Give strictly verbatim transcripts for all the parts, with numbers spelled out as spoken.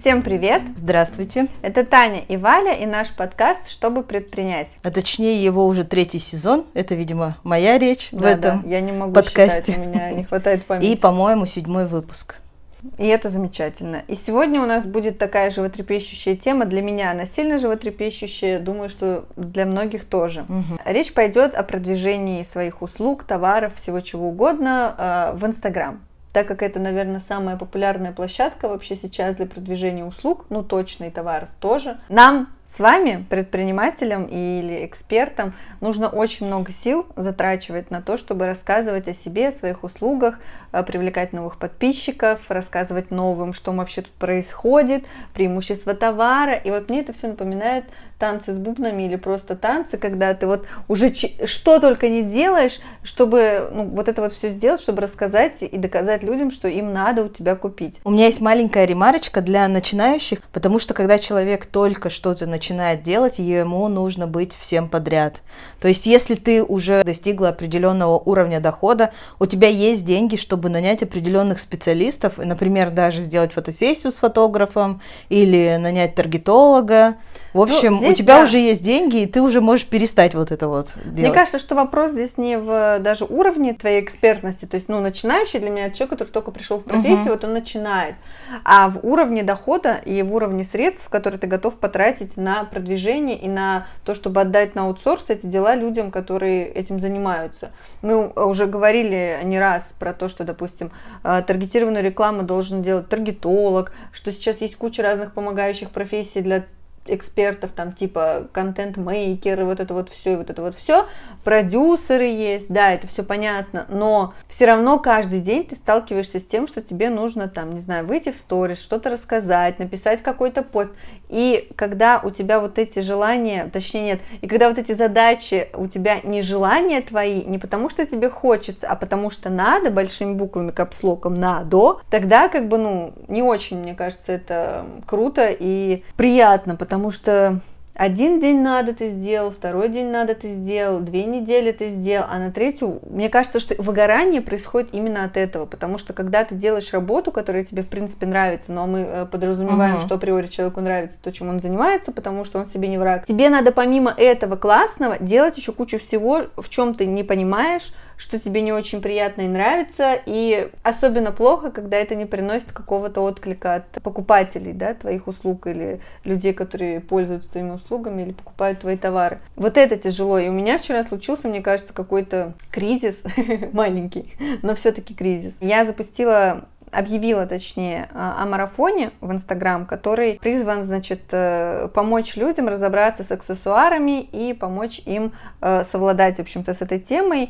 Всем привет! Здравствуйте! Это Таня и Валя и наш подкаст «Чтобы предпринять». А точнее его уже третий сезон. Это, видимо, моя речь да, в этом да. Я не могу подкасте. Считать, у меня не хватает памяти. И, по-моему, седьмой выпуск. И это замечательно. И сегодня у нас будет такая животрепещущая тема. Для меня она сильно животрепещущая, думаю, что для многих тоже. Угу. Речь пойдет о продвижении своих услуг, товаров, всего чего угодно э, в Инстаграм. Так как это, наверное, самая популярная площадка вообще сейчас для продвижения услуг, ну точно и товаров тоже. Нам с вами, предпринимателям или экспертам, нужно очень много сил затрачивать на то, чтобы рассказывать о себе, о своих услугах, привлекать новых подписчиков, рассказывать новым, что вообще тут происходит, преимущества товара. И вот мне это все напоминает танцы с бубнами или просто танцы, когда ты вот уже что только не делаешь, чтобы ну, вот это вот все сделать, чтобы рассказать и доказать людям, что им надо у тебя купить. У меня есть маленькая ремарочка для начинающих, потому что когда человек только что-то начинает делать, ему нужно быть всем подряд. То есть если ты уже достигла определенного уровня дохода, у тебя есть деньги, чтобы нанять определенных специалистов, и, например, даже сделать фотосессию с фотографом или нанять таргетолога. В общем, ну, здесь, у тебя да. уже есть деньги, и ты уже можешь перестать вот это вот делать. Мне кажется, что вопрос здесь не в даже уровне твоей экспертности, то есть, ну, начинающий для меня человек, который только пришел в профессию, uh-huh. вот он начинает, а в уровне дохода и в уровне средств, которые ты готов потратить на продвижение и на то, чтобы отдать на аутсорс эти дела людям, которые этим занимаются. Мы уже говорили не раз про то, что, допустим, таргетированную рекламу должен делать таргетолог, что сейчас есть куча разных помогающих профессий для экспертов, там типа контент-мейкеры, вот это вот все, вот это вот все, продюсеры есть, да, это все понятно, но все равно каждый день ты сталкиваешься с тем, что тебе нужно там, не знаю, выйти в сторис, что-то рассказать, написать какой-то пост, и когда у тебя вот эти желания, точнее нет, и когда вот эти задачи у тебя не желания твои, не потому что тебе хочется, а потому что надо, большими буквами, капслоком надо, тогда как бы, ну, не очень, мне кажется, это круто и приятно, потому Потому что один день надо ты сделал, второй день надо ты сделал, две недели ты сделал, а на третью, мне кажется, что выгорание происходит именно от этого, потому что когда ты делаешь работу, которая тебе в принципе нравится, но мы подразумеваем, uh-huh. что априори человеку нравится то, чем он занимается, потому что он себе не враг, тебе надо помимо этого классного делать еще кучу всего, в чем ты не понимаешь, что тебе не очень приятно и нравится, и особенно плохо, когда это не приносит какого-то отклика от покупателей, да, твоих услуг или людей, которые пользуются твоими услугами или покупают твои товары. Вот это тяжело, и у меня вчера случился, мне кажется, какой-то кризис, маленький, но все-таки кризис. Я запустила объявила, точнее, о марафоне в Инстаграм, который призван, значит, помочь людям разобраться с аксессуарами и помочь им совладать, в общем-то, с этой темой.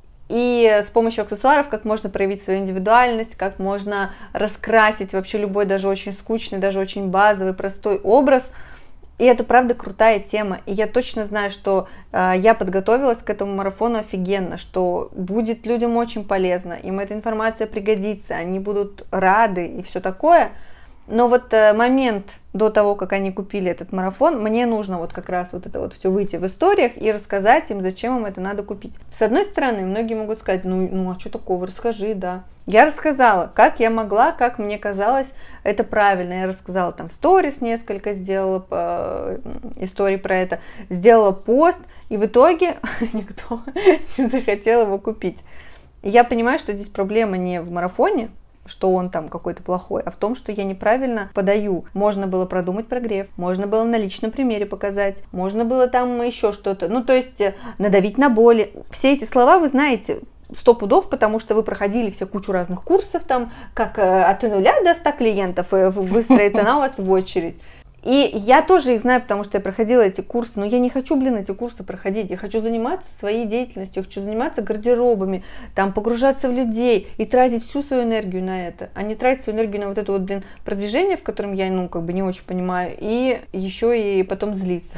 И с помощью аксессуаров как можно проявить свою индивидуальность, как можно раскрасить вообще любой, даже очень скучный, даже очень базовый, простой образ. И это, правда, крутая тема. И я точно знаю, что э, я подготовилась к этому марафону офигенно, что будет людям очень полезно, им эта информация пригодится, они будут рады и все такое. Но вот э, момент до того, как они купили этот марафон, мне нужно вот как раз вот это вот все выйти в историях и рассказать им, зачем им это надо купить. С одной стороны, многие могут сказать, ну, ну а что такого, расскажи, да. Я рассказала, как я могла, как мне казалось, это правильно. Я рассказала там сторис несколько, сделала э, истории про это, сделала пост, и в итоге никто не захотел его купить. И я понимаю, что здесь проблема не в марафоне, что он там какой-то плохой, а в том, что я неправильно подаю. Можно было продумать прогрев, можно было на личном примере показать, можно было там еще что-то, ну то есть надавить на боли. Все эти слова вы знаете сто пудов, потому что вы проходили все кучу разных курсов, там, как от нуля до ста клиентов выстроится на у вас в очередь. И я тоже их знаю, потому что я проходила эти курсы, но я не хочу, блин, эти курсы проходить, я хочу заниматься своей деятельностью, я хочу заниматься гардеробами, там, погружаться в людей и тратить всю свою энергию на это, а не тратить свою энергию на вот это вот, блин, продвижение, в котором я, ну, как бы не очень понимаю, и еще и потом злиться.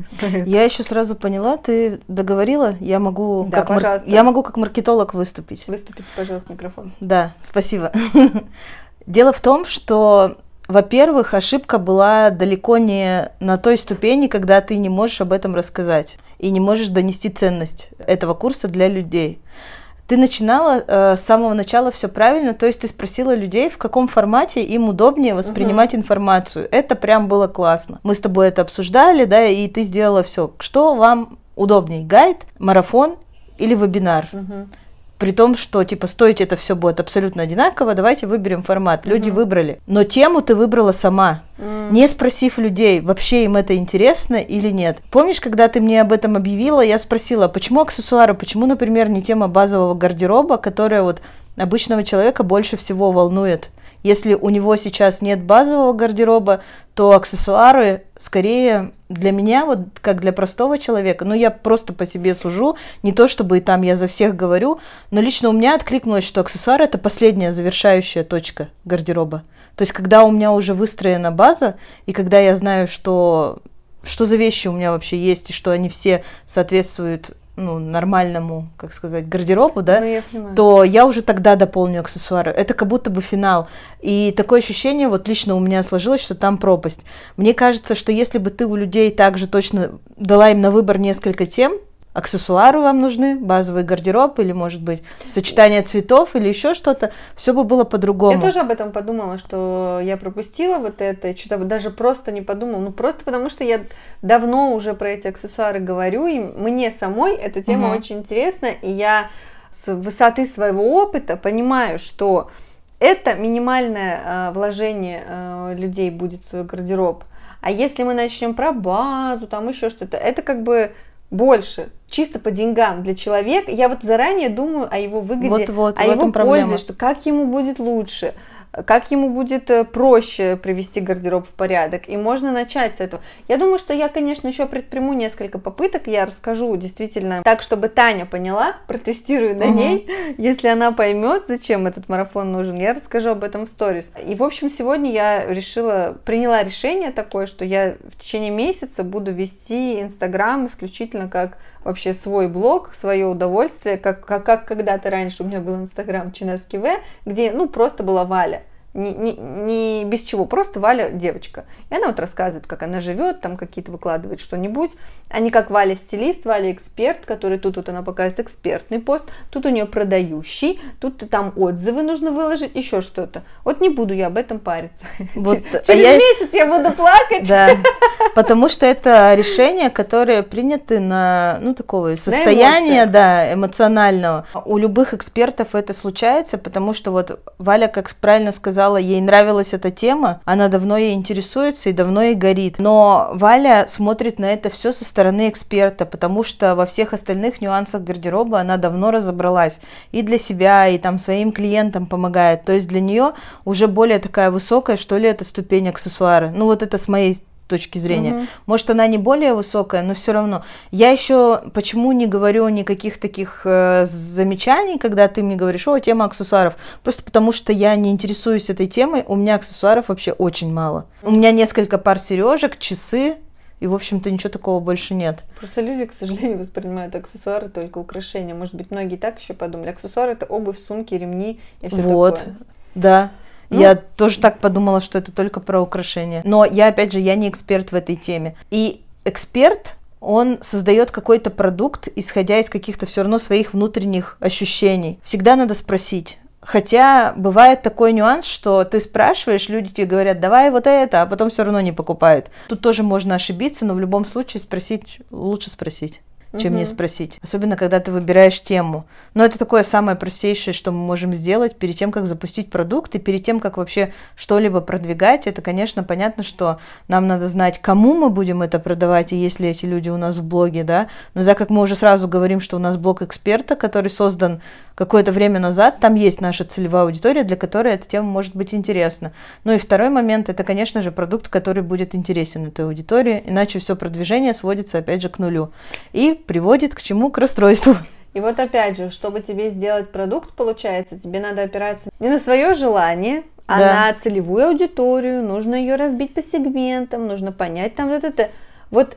Я еще сразу поняла, ты договорила, я могу, да, как, мар... я могу как маркетолог выступить. Выступите, пожалуйста, микрофон. Да, спасибо. Дело в том, что во-первых, ошибка была далеко не на той ступени, когда ты не можешь об этом рассказать и не можешь донести ценность этого курса для людей. ты начинала э, с самого начала все правильно, то есть ты спросила людей, в каком формате им удобнее воспринимать uh-huh. информацию. Это прям было классно. Мы с тобой это обсуждали, да, и ты сделала все. Что вам удобнее, гайд, марафон или вебинар? Uh-huh. При том, что типа стоить это все будет абсолютно одинаково, давайте выберем формат. Люди uh-huh. выбрали. Но тему ты выбрала сама, uh-huh. не спросив людей, вообще им это интересно или нет. Помнишь, когда ты мне об этом объявила, я спросила, почему аксессуары, почему, например, не тема базового гардероба, которая вот обычного человека больше всего волнует. Если у него сейчас нет базового гардероба, то аксессуары скорее для меня, вот как для простого человека, ну я просто по себе сужу, не то чтобы и там я за всех говорю, но лично у меня откликнулось, что аксессуар это последняя завершающая точка гардероба. То есть когда у меня уже выстроена база, и когда я знаю, что, что за вещи у меня вообще есть, и что они все соответствуют ну, нормальному, как сказать, гардеробу, да, ну, я то я уже тогда дополню аксессуары. Это как будто бы финал. И такое ощущение вот лично у меня сложилось, что там пропасть. Мне кажется, что если бы ты у людей также точно дала им на выбор несколько тем, аксессуары вам нужны, базовый гардероб или, может быть, сочетание цветов или еще что-то, все бы было по-другому. Я тоже об этом подумала, что я пропустила вот это, и что-то даже просто не подумала. Ну, просто потому что я давно уже про эти аксессуары говорю, и мне самой эта тема угу. очень интересна, и я с высоты своего опыта понимаю, что это минимальное э, вложение э, людей будет в свой гардероб. А если мы начнем про базу, там еще что-то, это как бы больше, чисто по деньгам для человека. Я вот заранее думаю о его выгоде, вот, вот, о его пользе, что как ему будет лучше, как ему будет проще привести гардероб в порядок. И можно начать с этого. Я думаю, что я, конечно, еще предприму несколько попыток. Я расскажу действительно так, чтобы Таня поняла, протестирую на угу. ней. Если она поймет, зачем этот марафон нужен, я расскажу об этом в сторис. И, в общем, сегодня я решила, приняла решение такое, что я в течение месяца буду вести Инстаграм исключительно как вообще свой блог, свое удовольствие, как, как, как когда-то раньше у меня был Инстаграм Чинаски В, где, ну, просто была Валя. Не, не, не без чего, просто Валя девочка. И она вот рассказывает, как она живет, там какие-то выкладывает что-нибудь. А не как Валя стилист, Валя эксперт, который тут вот она показывает экспертный пост, тут у нее продающий, тут там отзывы нужно выложить, еще что-то. Вот не буду я об этом париться. Вот, Через а я... месяц я буду плакать. Да, потому что это решения, которые приняты на, ну, такого состояния, да, эмоционального. У любых экспертов это случается, потому что вот Валя, как правильно сказала, ей нравилась эта тема, она давно ей интересуется и давно ей горит. Но Валя смотрит на это все со стороны эксперта, потому что во всех остальных нюансах гардероба она давно разобралась. И для себя, и там своим клиентам помогает. То есть для нее уже более такая высокая, что ли, это ступень аксессуара. Ну вот это с моей точки зрения. Uh-huh. Может, она не более высокая, но все равно. Я еще почему не говорю никаких таких э, замечаний, когда ты мне говоришь, о, тема аксессуаров. Просто потому, что я не интересуюсь этой темой, у меня аксессуаров вообще очень мало. Uh-huh. У меня несколько пар сережек, часы, и, в общем-то, ничего такого больше нет. Просто люди, к сожалению, воспринимают аксессуары только украшения. Может быть, многие так еще подумали. Аксессуары — это обувь, сумки, ремни и все вот. такое. Да. Ну, я тоже так подумала, что это только про украшения. Но я, опять же, я не эксперт в этой теме. И эксперт, он создает какой-то продукт, исходя из каких-то все равно своих внутренних ощущений. Всегда надо спросить. Хотя бывает такой нюанс, что ты спрашиваешь, люди тебе говорят, давай вот это, а потом все равно не покупают. Тут тоже можно ошибиться, но в любом случае спросить, лучше спросить, чем не спросить. Особенно, когда ты выбираешь тему. Но это такое самое простейшее, что мы можем сделать перед тем, как запустить продукт, и перед тем, как вообще что-либо продвигать. Это, конечно, понятно, что нам надо знать, кому мы будем это продавать, и есть ли эти люди у нас в блоге, да. Но так как мы уже сразу говорим, что у нас блог эксперта, который создан какое-то время назад, там есть наша целевая аудитория, для которой эта тема может быть интересна. Ну и второй момент, это, конечно же, продукт, который будет интересен этой аудитории, иначе все продвижение сводится, опять же, к нулю. И приводит к чему? К расстройству. И вот опять же, чтобы тебе сделать продукт, получается, тебе надо опираться не на свое желание, а да. на целевую аудиторию, нужно ее разбить по сегментам, нужно понять там вот это. Вот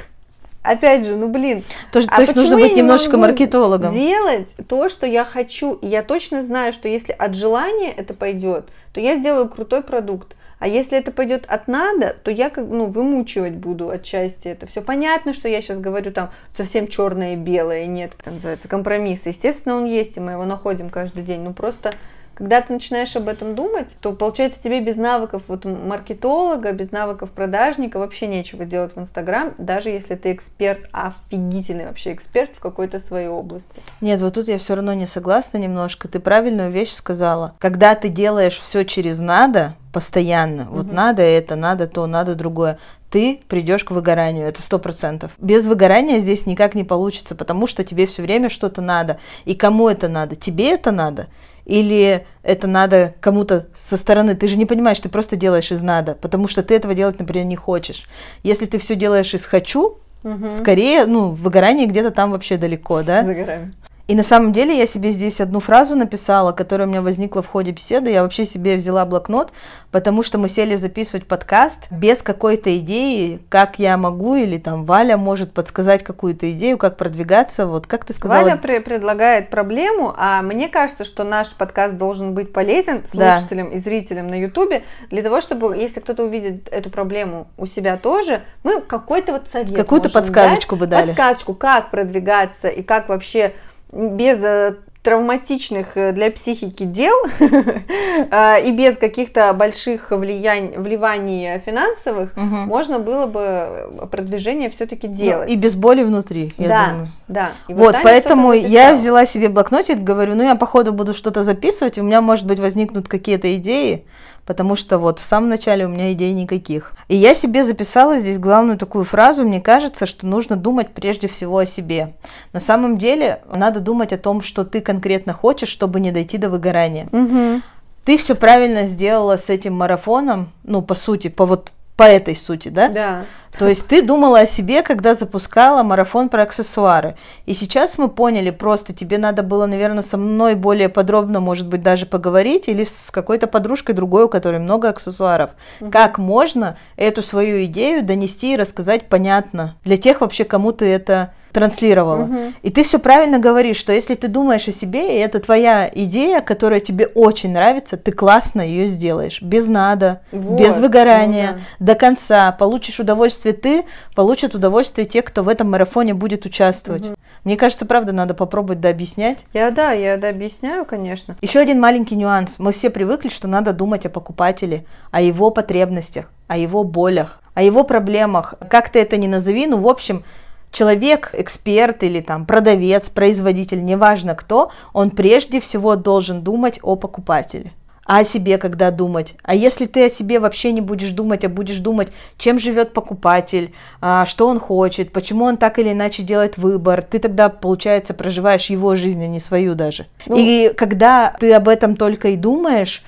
опять же, ну блин. То, а то есть нужно быть немножечко маркетологом. Делать то, что я хочу. И я точно знаю, что если от желания это пойдет, то я сделаю крутой продукт. А если это пойдет от надо, то я как ну, вымучивать буду отчасти это все. Понятно, что я сейчас говорю там совсем черное и белое, нет, как называется, компромисса. Естественно, он есть, и мы его находим каждый день. Ну просто когда ты начинаешь об этом думать, то получается тебе без навыков вот маркетолога, без навыков продажника вообще нечего делать в Инстаграм, даже если ты эксперт, офигительный вообще эксперт в какой-то своей области. Нет, вот тут я все равно не согласна немножко. Ты правильную вещь сказала. Когда ты делаешь все через надо, постоянно, mm-hmm. вот надо это, надо то, надо другое, ты придешь к выгоранию, это сто процентов. Без выгорания здесь никак не получится, потому что тебе все время что-то надо. И кому это надо? Тебе это надо? Или это надо кому-то со стороны? Ты же не понимаешь, ты просто делаешь из надо, потому что ты этого делать, например, не хочешь. Если ты все делаешь из хочу, угу. скорее, ну, выгорание где-то там вообще далеко, да? Загораем. И на самом деле я себе здесь одну фразу написала, которая у меня возникла в ходе беседы. Я вообще себе взяла блокнот, потому что мы сели записывать подкаст без какой-то идеи, как я могу, или там Валя может подсказать какую-то идею, как продвигаться. Вот как ты сказала? Валя при- предлагает проблему, а мне кажется, что наш подкаст должен быть полезен слушателям да. и зрителям на Ютубе, для того, чтобы, если кто-то увидит эту проблему у себя тоже, мы какой-то вот совет Какую-то подсказочку дать, бы дали. Подсказочку, как продвигаться и как вообще без травматичных для психики дел и без каких-то больших влияний, вливаний финансовых угу. можно было бы продвижение все-таки делать. Ну, и без боли внутри, я да, думаю. Да, и вот, вот поэтому я взяла себе блокнотик, говорю, ну я по ходу буду что-то записывать, у меня, может быть, возникнут какие-то идеи, потому что вот в самом начале у меня идей никаких. И я себе записала здесь главную такую фразу, мне кажется, что нужно думать прежде всего о себе. На самом деле надо думать о том, что ты конкретно хочешь, чтобы не дойти до выгорания. Угу. Ты все правильно сделала с этим марафоном, ну, по сути, по вот по этой сути, да? Да. То есть ты думала о себе, когда запускала марафон про аксессуары. И сейчас мы поняли, просто тебе надо было, наверное, со мной более подробно, может быть, даже поговорить, или с какой-то подружкой другой, у которой много аксессуаров. Угу. Как можно эту свою идею донести и рассказать понятно для тех вообще, кому ты это транслировала. Угу. И ты все правильно говоришь, что если ты думаешь о себе, и это твоя идея, которая тебе очень нравится, ты классно ее сделаешь. Без надо, вот. Без выгорания, ну, да. До конца. Получишь удовольствие ты, получат удовольствие те, кто в этом марафоне будет участвовать. Угу. Мне кажется, правда, надо попробовать дообъяснять. Я да, я дообъясняю, конечно. Еще один маленький нюанс. Мы все привыкли, что надо думать о покупателе, о его потребностях, о его болях, о его проблемах. Как ты это ни назови, ну, в общем, человек, эксперт или там продавец, производитель, неважно кто, он прежде всего должен думать о покупателе. А о себе когда думать? А если ты о себе вообще не будешь думать, а будешь думать, чем живет покупатель, что он хочет, почему он так или иначе делает выбор, ты тогда, получается, проживаешь его жизнь, а не свою даже. Ну, и когда ты об этом только и думаешь,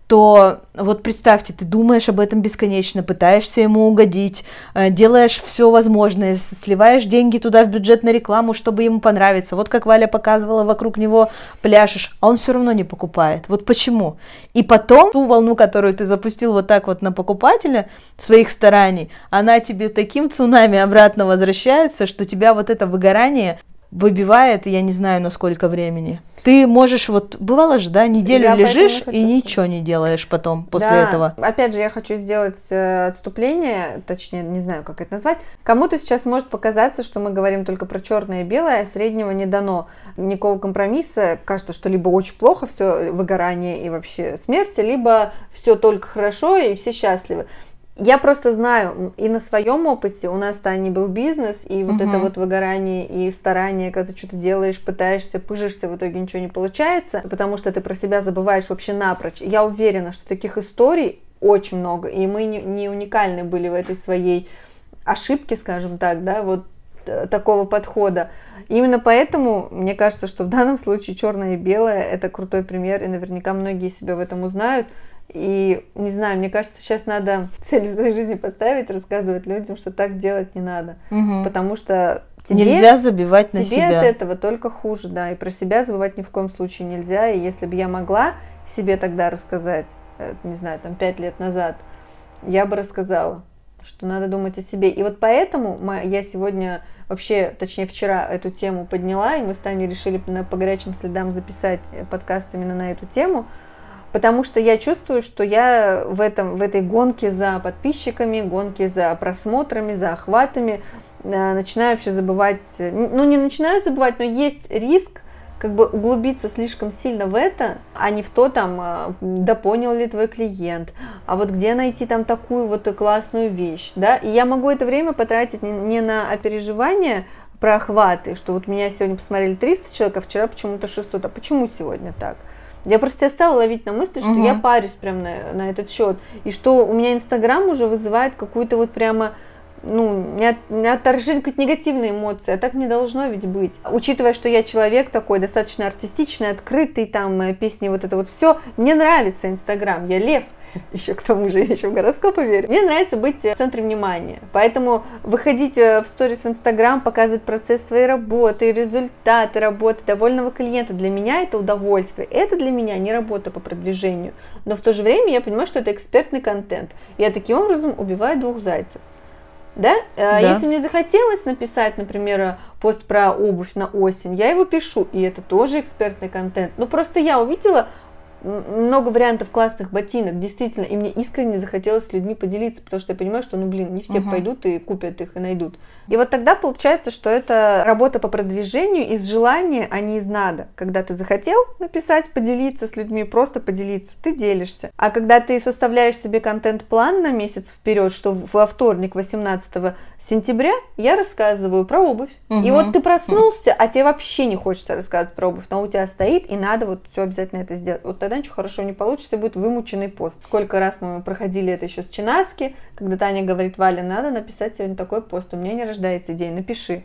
то вот представьте, ты думаешь об этом бесконечно, пытаешься ему угодить, делаешь все возможное, сливаешь деньги туда в бюджет на рекламу, чтобы ему понравиться. Вот как Валя показывала, вокруг него пляшешь, а он все равно не покупает. Вот почему? И потом ту волну, которую ты запустил вот так вот на покупателя своих стараний, она тебе таким цунами обратно возвращается, что тебя вот это выгорание выбивает, я не знаю, на сколько времени. Ты можешь, вот бывало же, да, неделю я лежишь и ничего не делаешь потом, после да. этого. Опять же, я хочу сделать отступление, точнее, не знаю, как это назвать. Кому-то сейчас может показаться, что мы говорим только про черное и белое, а среднего не дано. Никакого компромисса. Кажется, что либо очень плохо, все выгорание и вообще смерть, либо все только хорошо и все счастливы. Я просто знаю, и на своем опыте у нас-то не был бизнес, и вот uh-huh. это вот выгорание и старание, когда ты что-то делаешь, пытаешься, пыжишься, в итоге ничего не получается, потому что ты про себя забываешь вообще напрочь. Я уверена, что таких историй очень много, и мы не, не уникальны были в этой своей ошибке, скажем так, да, вот такого подхода. Именно поэтому мне кажется, что в данном случае черное и белое – это крутой пример, и наверняка многие себя в этом узнают. И, не знаю, мне кажется, сейчас надо цель в своей жизни поставить, рассказывать людям, что так делать не надо. Угу. Потому что тебе, нельзя забивать на тебе себя. от этого только хуже, да. И про себя забывать ни в коем случае нельзя. И если бы я могла себе тогда рассказать, не знаю, там пять лет назад, я бы рассказала, что надо думать о себе. И вот поэтому я сегодня, вообще, точнее вчера эту тему подняла, и мы с Таней решили по горячим следам записать подкаст именно на эту тему. Потому что я чувствую, что я в, этом, в этой гонке за подписчиками, гонке за просмотрами, за охватами э, начинаю вообще забывать, ну не начинаю забывать, но есть риск как бы углубиться слишком сильно в это, а не в то там, да понял ли твой клиент, а вот где найти там такую вот классную вещь, да, и я могу это время потратить не, не на переживания про охваты, что вот меня сегодня посмотрели триста человек, а вчера почему-то шестьсот, а почему сегодня так? Я просто себя стала ловить на мысли, что угу. я парюсь прям на, на этот счет, и что у меня Инстаграм уже вызывает какую-то вот прямо, ну, не, от, не отторжение, какие-то негативные эмоции, а так не должно ведь быть. Учитывая, что я человек такой достаточно артистичный, открытый, там, песни, вот это вот все, мне нравится Инстаграм, я лев. Еще к тому же, я еще в гороскопы верю. Мне нравится быть в центре внимания. Поэтому выходить в сторис в Инстаграм, показывать процесс своей работы, результаты работы довольного клиента. Для меня это удовольствие. Это для меня не работа по продвижению. Но в то же время я понимаю, что это экспертный контент. Я таким образом убиваю двух зайцев. Да? Да. Если мне захотелось написать, например, пост про обувь на осень, я его пишу. И это тоже экспертный контент. Но просто я увидела много вариантов классных ботинок, действительно, и мне искренне захотелось с людьми поделиться, потому что я понимаю, что, ну, блин, не все uh-huh. пойдут и купят их и найдут. И вот тогда получается, что это работа по продвижению из желания, а не из надо. Когда ты захотел написать, поделиться с людьми, просто поделиться, ты делишься. А когда ты составляешь себе контент-план на месяц вперед, что во вторник, восемнадцатого сентября, я рассказываю про обувь. Uh-huh. И вот ты проснулся, а тебе вообще не хочется рассказывать про обувь, но у тебя стоит, и надо вот все обязательно это сделать. Вот тогда ничего хорошего не получится, будет вымученный пост. Сколько раз мы проходили это еще с Чинаски, когда Таня говорит: Валя, надо написать сегодня такой пост, у меня не рождается идея, напиши.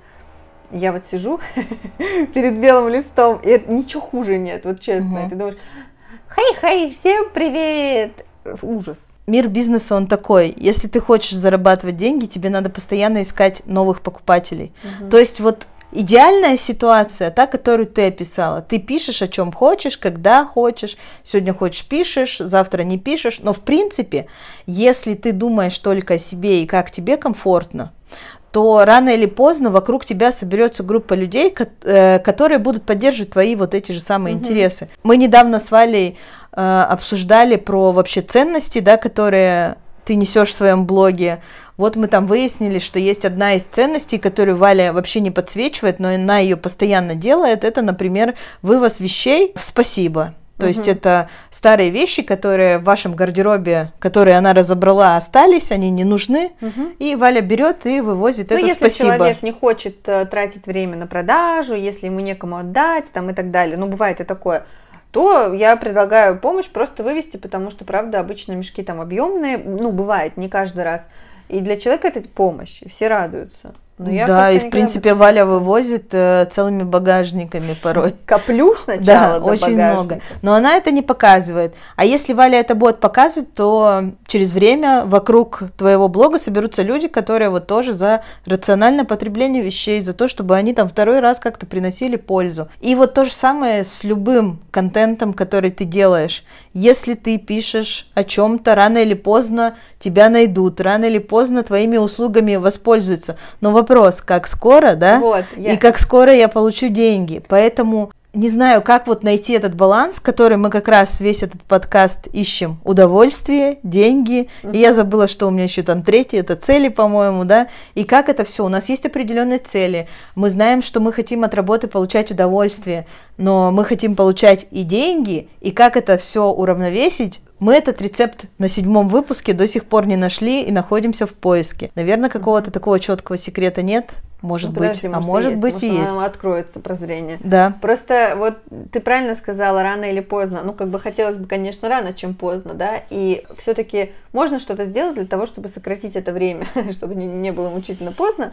Я вот сижу перед белым листом, и это, ничего хуже нет, вот честно. Uh-huh. Ты думаешь: хей-хей, всем привет! Ужас. Мир бизнеса, он такой. Если ты хочешь зарабатывать деньги, тебе надо постоянно искать новых покупателей. Uh-huh. То есть вот идеальная ситуация, та, которую ты описала. Ты пишешь о чем хочешь, когда хочешь. Сегодня хочешь — пишешь, завтра не пишешь. Но в принципе, если ты думаешь только о себе и как тебе комфортно, то рано или поздно вокруг тебя соберется группа людей, которые будут поддерживать твои вот эти же самые uh-huh. интересы. Мы недавно с Валей э, обсуждали про вообще ценности, да, которые ты несешь в своем блоге. Вот мы там выяснили, что есть одна из ценностей, которую Валя вообще не подсвечивает, но она ее постоянно делает. Это, например, вывоз вещей в спасибо. То uh-huh. есть это старые вещи, которые в вашем гардеробе, которые она разобрала, остались, они не нужны, uh-huh. и Валя берет и вывозит ну, это если спасибо. Если человек не хочет uh, тратить время на продажу, если ему некому отдать, там, и так далее, ну бывает и такое, то я предлагаю помощь просто вывести, потому что, правда, обычно мешки там объемные, ну бывает, не каждый раз, и для человека это помощь, и все радуются. Но я да, и в принципе бы... Валя вывозит э, целыми багажниками порой. Коплю сначала да, до очень багажника. много. Но она это не показывает. А если Валя это будет показывать, то через время вокруг твоего блога соберутся люди, которые вот тоже за рациональное потребление вещей, за то, чтобы они там второй раз как-то приносили пользу. И вот то же самое с любым контентом, который ты делаешь. Если ты пишешь о чем-то, рано или поздно тебя найдут, рано или поздно твоими услугами воспользуются. Но вопрос, как скоро, да, вот, я... и как скоро я получу деньги. Поэтому не знаю, как вот найти этот баланс, который мы как раз весь этот подкаст ищем. Удовольствие, деньги. Uh-huh. И я забыла, что у меня еще там третий, это цели, по-моему, да. И как это все? У нас есть определенные цели. Мы знаем, что мы хотим от работы получать удовольствие, но мы хотим получать и деньги. И как это все уравновесить? Мы этот рецепт на седьмом выпуске до сих пор не нашли и находимся в поиске. Наверное, какого-то такого четкого секрета нет. Может ну, быть, подожди, а может есть. быть и есть. Может, откроется прозрение. Да. Просто вот ты правильно сказала, рано или поздно. Ну, как бы хотелось бы, конечно, рано, чем поздно, да. И все-таки можно что-то сделать для того, чтобы сократить это время, чтобы не, не было мучительно поздно.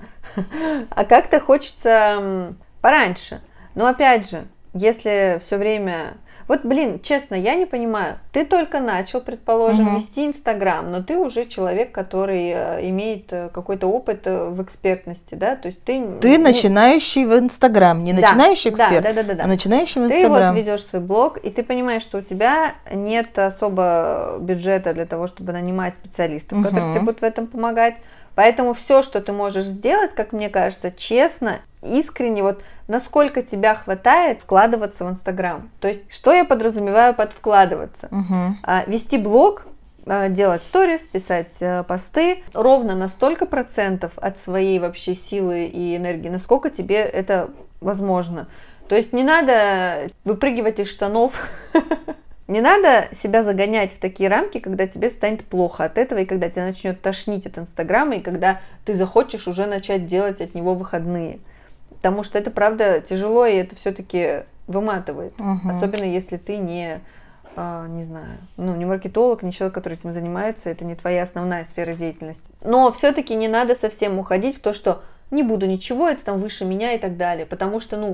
А как-то хочется пораньше. Но опять же, если все время... Вот, блин, честно, я не понимаю. Ты только начал, предположим, uh-huh. вести Инстаграм, но ты уже человек, который э, имеет э, какой-то опыт э, в экспертности, да? То есть ты... Ты не... начинающий в Инстаграм, не да, начинающий эксперт, да, да, да, да, да. а начинающий в Инстаграм. Ты вот ведешь свой блог, и ты понимаешь, что у тебя нет особо бюджета для того, чтобы нанимать специалистов, uh-huh. которые тебе будут в этом помогать. Поэтому все, что ты можешь сделать, как мне кажется, честно, искренне, вот насколько тебя хватает вкладываться в Инстаграм. То есть, что я подразумеваю под вкладываться? Угу. А, вести блог, а, делать сторис, писать а, посты ровно на столько процентов от своей вообще силы и энергии, насколько тебе это возможно. То есть не надо выпрыгивать из штанов. Не надо себя загонять в такие рамки, когда тебе станет плохо от этого, и когда тебя начнет тошнить от Инстаграма, и когда ты захочешь уже начать делать от него выходные. Потому что это, правда, тяжело, и это все-таки выматывает. Угу. Особенно если ты не, а, не знаю, ну, не маркетолог, не человек, который этим занимается, это не твоя основная сфера деятельности. Но все-таки не надо совсем уходить в то, что не буду ничего, это там выше меня и так далее. Потому что, ну,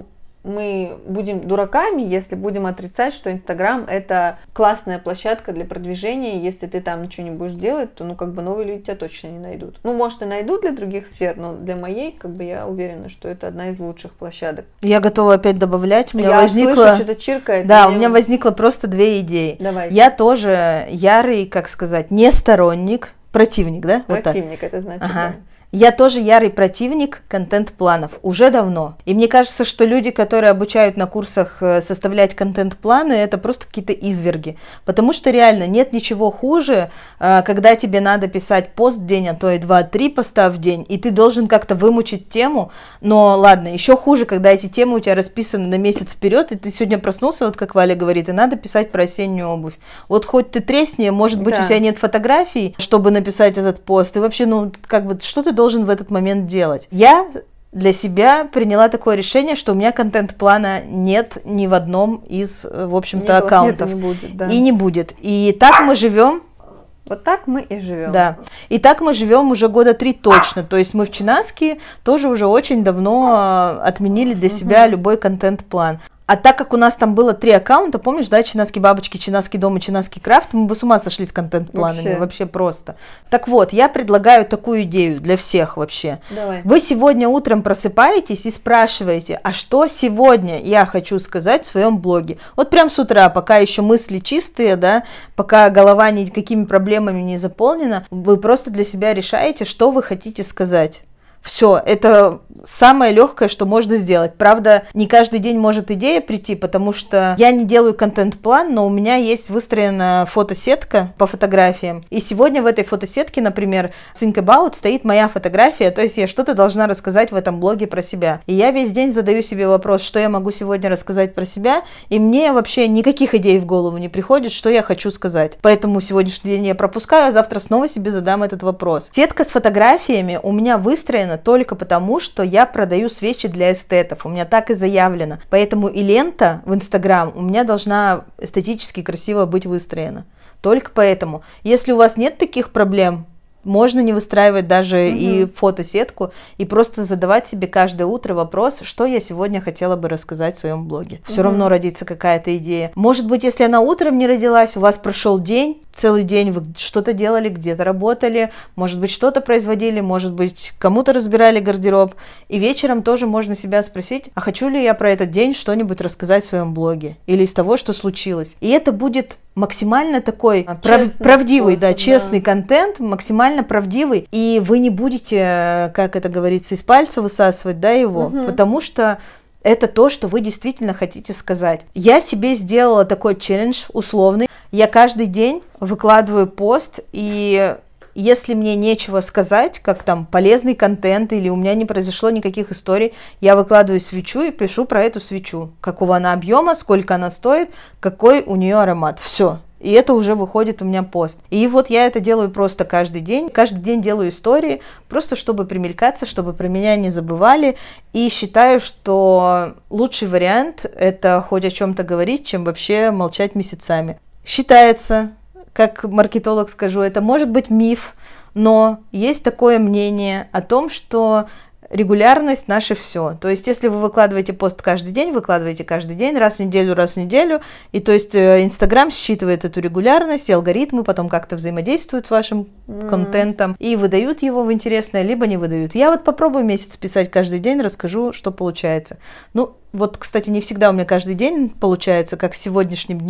мы будем дураками, если будем отрицать, что Инстаграм – это классная площадка для продвижения, и если ты там ничего не будешь делать, то, ну, как бы новые люди тебя точно не найдут. Ну, может, и найдут для других сфер, но для моей, как бы, я уверена, что это одна из лучших площадок. Я готова опять добавлять. У меня я возникло... слышу, что-то чиркает. Да, у меня возникло просто две идеи. Давай. Я тоже ярый, как сказать, не сторонник, противник, да? Противник, вот это значит, ага. да. Я тоже ярый противник контент-планов, уже давно. И мне кажется, что люди, которые обучают на курсах составлять контент-планы, это просто какие-то изверги. Потому что реально нет ничего хуже, когда тебе надо писать пост в день, а то и два-три поста в день, и ты должен как-то вымучить тему. Но ладно, еще хуже, когда эти темы у тебя расписаны на месяц вперед, и ты сегодня проснулся, вот как Валя говорит, и надо писать про осеннюю обувь. Вот хоть ты тресни, может быть, да. у тебя нет фотографий, чтобы написать этот пост, и вообще, ну, как бы, что ты должен в этот момент делать. Я для себя приняла такое решение, что у меня контент-плана нет ни в одном из, в общем-то, нет, аккаунтов. Нет, не будет, да. И не будет. И так мы живем. Вот так мы и живем. Да. И так мы живем уже года три точно. То есть мы в Чинаске тоже уже очень давно отменили для себя угу. любой контент-план. А так как у нас там было три аккаунта, помнишь, да, Чинасские бабочки, Чинасский дом и Чинасский крафт, мы бы с ума сошли с контент-планами, вообще. вообще просто. Так вот, я предлагаю такую идею для всех вообще. Давай. Вы сегодня утром просыпаетесь и спрашиваете, а что сегодня я хочу сказать в своем блоге? Вот прям с утра, пока еще мысли чистые, да, пока голова никакими проблемами не заполнена, вы просто для себя решаете, что вы хотите сказать. Все, это самое легкое, что можно сделать. Правда, не каждый день может идея прийти, потому что я не делаю контент-план, но у меня есть выстроена фотосетка по фотографиям. И сегодня в этой фотосетке, например, Think About стоит моя фотография, то есть я что-то должна рассказать в этом блоге про себя. И я весь день задаю себе вопрос, что я могу сегодня рассказать про себя, и мне вообще никаких идей в голову не приходит, что я хочу сказать. Поэтому сегодняшний день я пропускаю, а завтра снова себе задам этот вопрос. Сетка с фотографиями у меня выстроена только потому, что я продаю свечи для эстетов. У меня так и заявлено. Поэтому и лента в Инстаграм у меня должна эстетически красиво быть выстроена. Только поэтому. Если у вас нет таких проблем, можно не выстраивать даже угу. и фотосетку, и просто задавать себе каждое утро вопрос, что я сегодня хотела бы рассказать в своем блоге. Все угу. равно родится какая-то идея. Может быть, если она утром не родилась, у вас прошел день, целый день вы что-то делали, где-то работали, может быть, что-то производили, может быть, кому-то разбирали гардероб. И вечером тоже можно себя спросить, а хочу ли я про этот день что-нибудь рассказать в своем блоге или из того, что случилось. И это будет максимально такой прав- правдивый, способ, да, честный да. контент, максимально правдивый. И вы не будете, как это говорится, из пальца высасывать, да, его, угу. потому что это то, что вы действительно хотите сказать. Я себе сделала такой челлендж условный. Я каждый день выкладываю пост, и если мне нечего сказать, как там полезный контент, или у меня не произошло никаких историй, я выкладываю свечу и пишу про эту свечу. Какого она объема, сколько она стоит, какой у нее аромат. Все. И это уже выходит у меня пост. И вот я это делаю просто каждый день. Каждый день делаю истории, просто чтобы примелькаться, чтобы про меня не забывали. И считаю, что лучший вариант – это хоть о чем-то говорить, чем вообще молчать месяцами. Считается, как маркетолог скажу, это может быть миф, но есть такое мнение о том, что регулярность наше все. То есть, если вы выкладываете пост каждый день, выкладываете каждый день, раз в неделю, раз в неделю, и то есть Инстаграм считывает эту регулярность, и алгоритмы потом как-то взаимодействуют с вашим mm. контентом и выдают его в интересное, либо не выдают. Я вот попробую месяц писать каждый день, расскажу, что получается. Ну, вот, кстати, не всегда у меня каждый день получается, как с сегодняшним днем.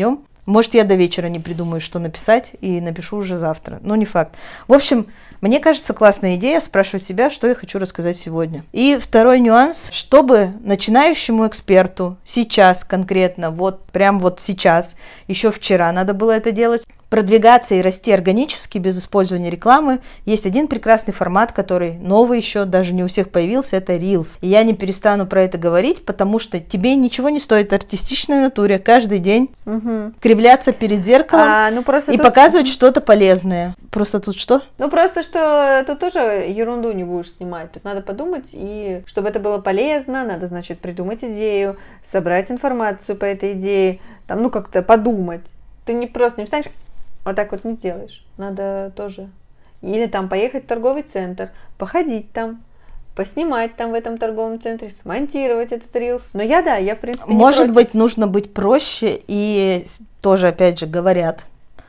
Может, я до вечера не придумаю, что написать, и напишу уже завтра. Но не факт. В общем, мне кажется, классная идея спрашивать себя, что я хочу рассказать сегодня. И второй нюанс, чтобы начинающему эксперту сейчас конкретно, вот прям вот сейчас, еще вчера надо было это делать, продвигаться и расти органически без использования рекламы, есть один прекрасный формат, который новый еще, даже не у всех появился, это Reels. И я не перестану про это говорить, потому что тебе ничего не стоит артистичной натуре каждый день угу. кривляться перед зеркалом а, ну и тут... показывать что-то полезное. Просто тут что? Ну просто что тут тоже ерунду не будешь снимать. Тут надо подумать, и чтобы это было полезно, надо, значит, придумать идею, собрать информацию по этой идее, там, ну как-то подумать. Ты не просто не встанешь, вот так вот не сделаешь. Надо тоже. Или там поехать в торговый центр, походить там, поснимать там в этом торговом центре, смонтировать этот рилс. Но я, да, я в принципе не Может против. быть, нужно быть проще, и тоже, опять же, говорят.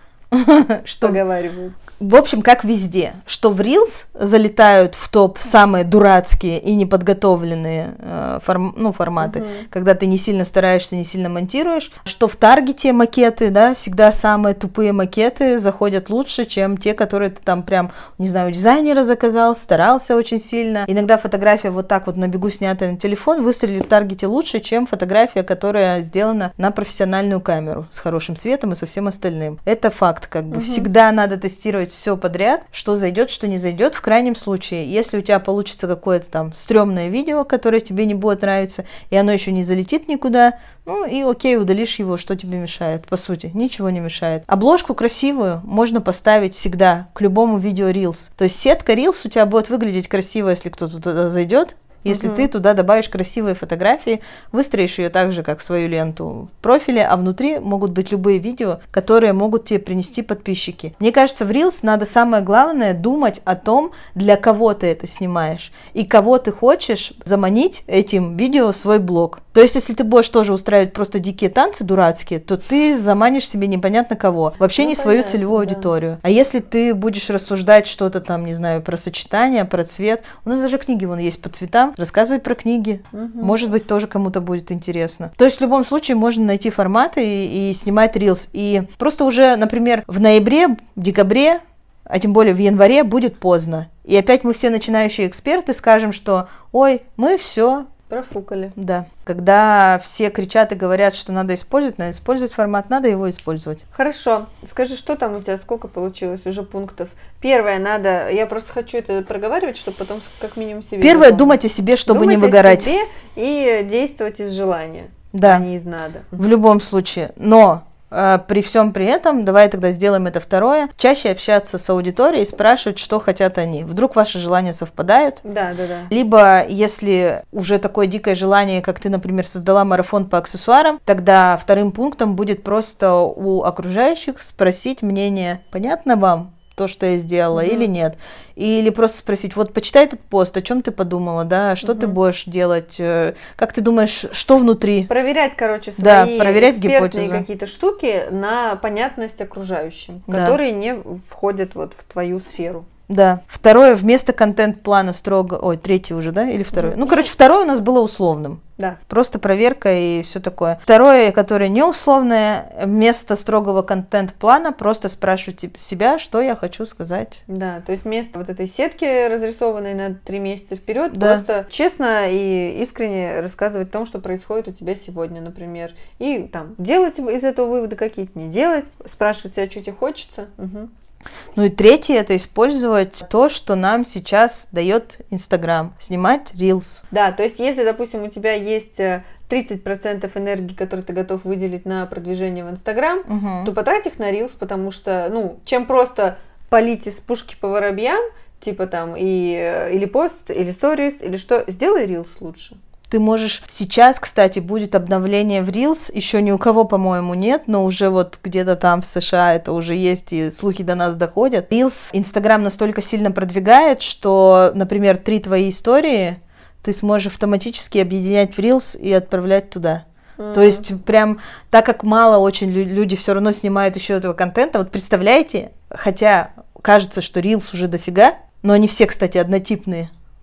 Что говорят? В общем, как везде, что в Reels залетают в топ самые дурацкие и неподготовленные э, форм, ну, форматы, uh-huh. когда ты не сильно стараешься, не сильно монтируешь, что в таргете макеты, да, всегда самые тупые макеты заходят лучше, чем те, которые ты там прям, не знаю, у дизайнера заказал, старался очень сильно. Иногда фотография вот так вот на бегу снятая на телефон выстрелит в таргете лучше, чем фотография, которая сделана на профессиональную камеру с хорошим светом и со всем остальным. Это факт, как бы uh-huh. всегда надо тестировать все подряд, что зайдет, что не зайдет. В крайнем случае, если у тебя получится какое-то там стрёмное видео, которое тебе не будет нравиться, и оно еще не залетит никуда, ну и окей, удалишь его, что тебе мешает. По сути, ничего не мешает. Обложку красивую можно поставить всегда к любому видео Reels. То есть сетка Reels у тебя будет выглядеть красиво, если кто-то туда зайдет. Если uh-huh. ты туда добавишь красивые фотографии, выстроишь ее так же, как свою ленту в профиле, а внутри могут быть любые видео, которые могут тебе принести подписчики. Мне кажется, в Reels надо самое главное думать о том, для кого ты это снимаешь и кого ты хочешь заманить этим видео в свой блог. То есть, если ты будешь тоже устраивать просто дикие танцы дурацкие, то ты заманишь себе непонятно кого, вообще ну, не понятно, свою целевую да. аудиторию. А если ты будешь рассуждать что-то там, не знаю, про сочетание, про цвет, у нас даже книги вон есть по цветам, рассказывай про книги. Угу. Может быть, тоже кому-то будет интересно. То есть, в любом случае, можно найти форматы и, и снимать Reels. И просто уже, например, в ноябре, в декабре, а тем более в январе будет поздно. И опять мы все начинающие эксперты скажем, что ой, мы все профукали. Да. Когда все кричат и говорят, что надо использовать, надо использовать формат, надо его использовать. Хорошо. Скажи, что там у тебя, сколько получилось уже пунктов? Первое, надо, я просто хочу это проговаривать, чтобы потом как минимум себе... Первое, запомнить. Думать о себе, чтобы думать не выгорать. Думать о себе и действовать из желания, да. а не из надо. В любом случае. Но... При всем при этом, давай тогда сделаем это второе, чаще общаться с аудиторией и спрашивать, что хотят они. Вдруг ваши желания совпадают. Да, да, да. Либо, если уже такое дикое желание, как ты, например, создала марафон по аксессуарам, тогда вторым пунктом будет просто у окружающих спросить мнение, понятно вам то, что я сделала, mm-hmm. или нет. Или просто спросить, вот почитай этот пост, о чем ты подумала, да, что mm-hmm. ты будешь делать, как ты думаешь, что внутри. Проверять, короче, свои да, проверять экспертные гипотезы. Какие-то штуки на понятность окружающим, да. которые не входят вот в твою сферу. Да. Второе, вместо контент-плана строго... Ой, третий уже, да? Или второй? Mm-hmm. Ну, короче, второе у нас было условным. Да. Просто проверка и все такое. Второе, которое не условное, вместо строгого контент-плана просто спрашивайте себя, что я хочу сказать. Да, то есть вместо вот этой сетки, разрисованной на три месяца вперед, да. просто честно и искренне рассказывать о том, что происходит у тебя сегодня, например. И там делать из этого выводы какие-то, не делать, спрашивать себя, что тебе хочется. Угу. Ну и третье, это использовать то, что нам сейчас дает Инстаграм, снимать Reels. Да, то есть если, допустим, у тебя есть тридцать процентов энергии, которую ты готов выделить на продвижение в Инстаграм, угу. то потрать их на Reels, потому что, ну, чем просто полить из пушки по воробьям, типа там, и, или пост, или сторис, или что, сделай Reels лучше. Ты можешь... Сейчас, кстати, будет обновление в Reels. Еще ни у кого, по-моему, нет, но уже вот где-то там в США это уже есть, и слухи до нас доходят. Reels Instagram настолько сильно продвигает, что, например, три твои истории ты сможешь автоматически объединять в Reels и отправлять туда. Mm-hmm. То есть прям, так как мало очень люди все равно снимают еще этого контента, вот представляете, хотя кажется, что Reels уже дофига, но они все, кстати, однотипные.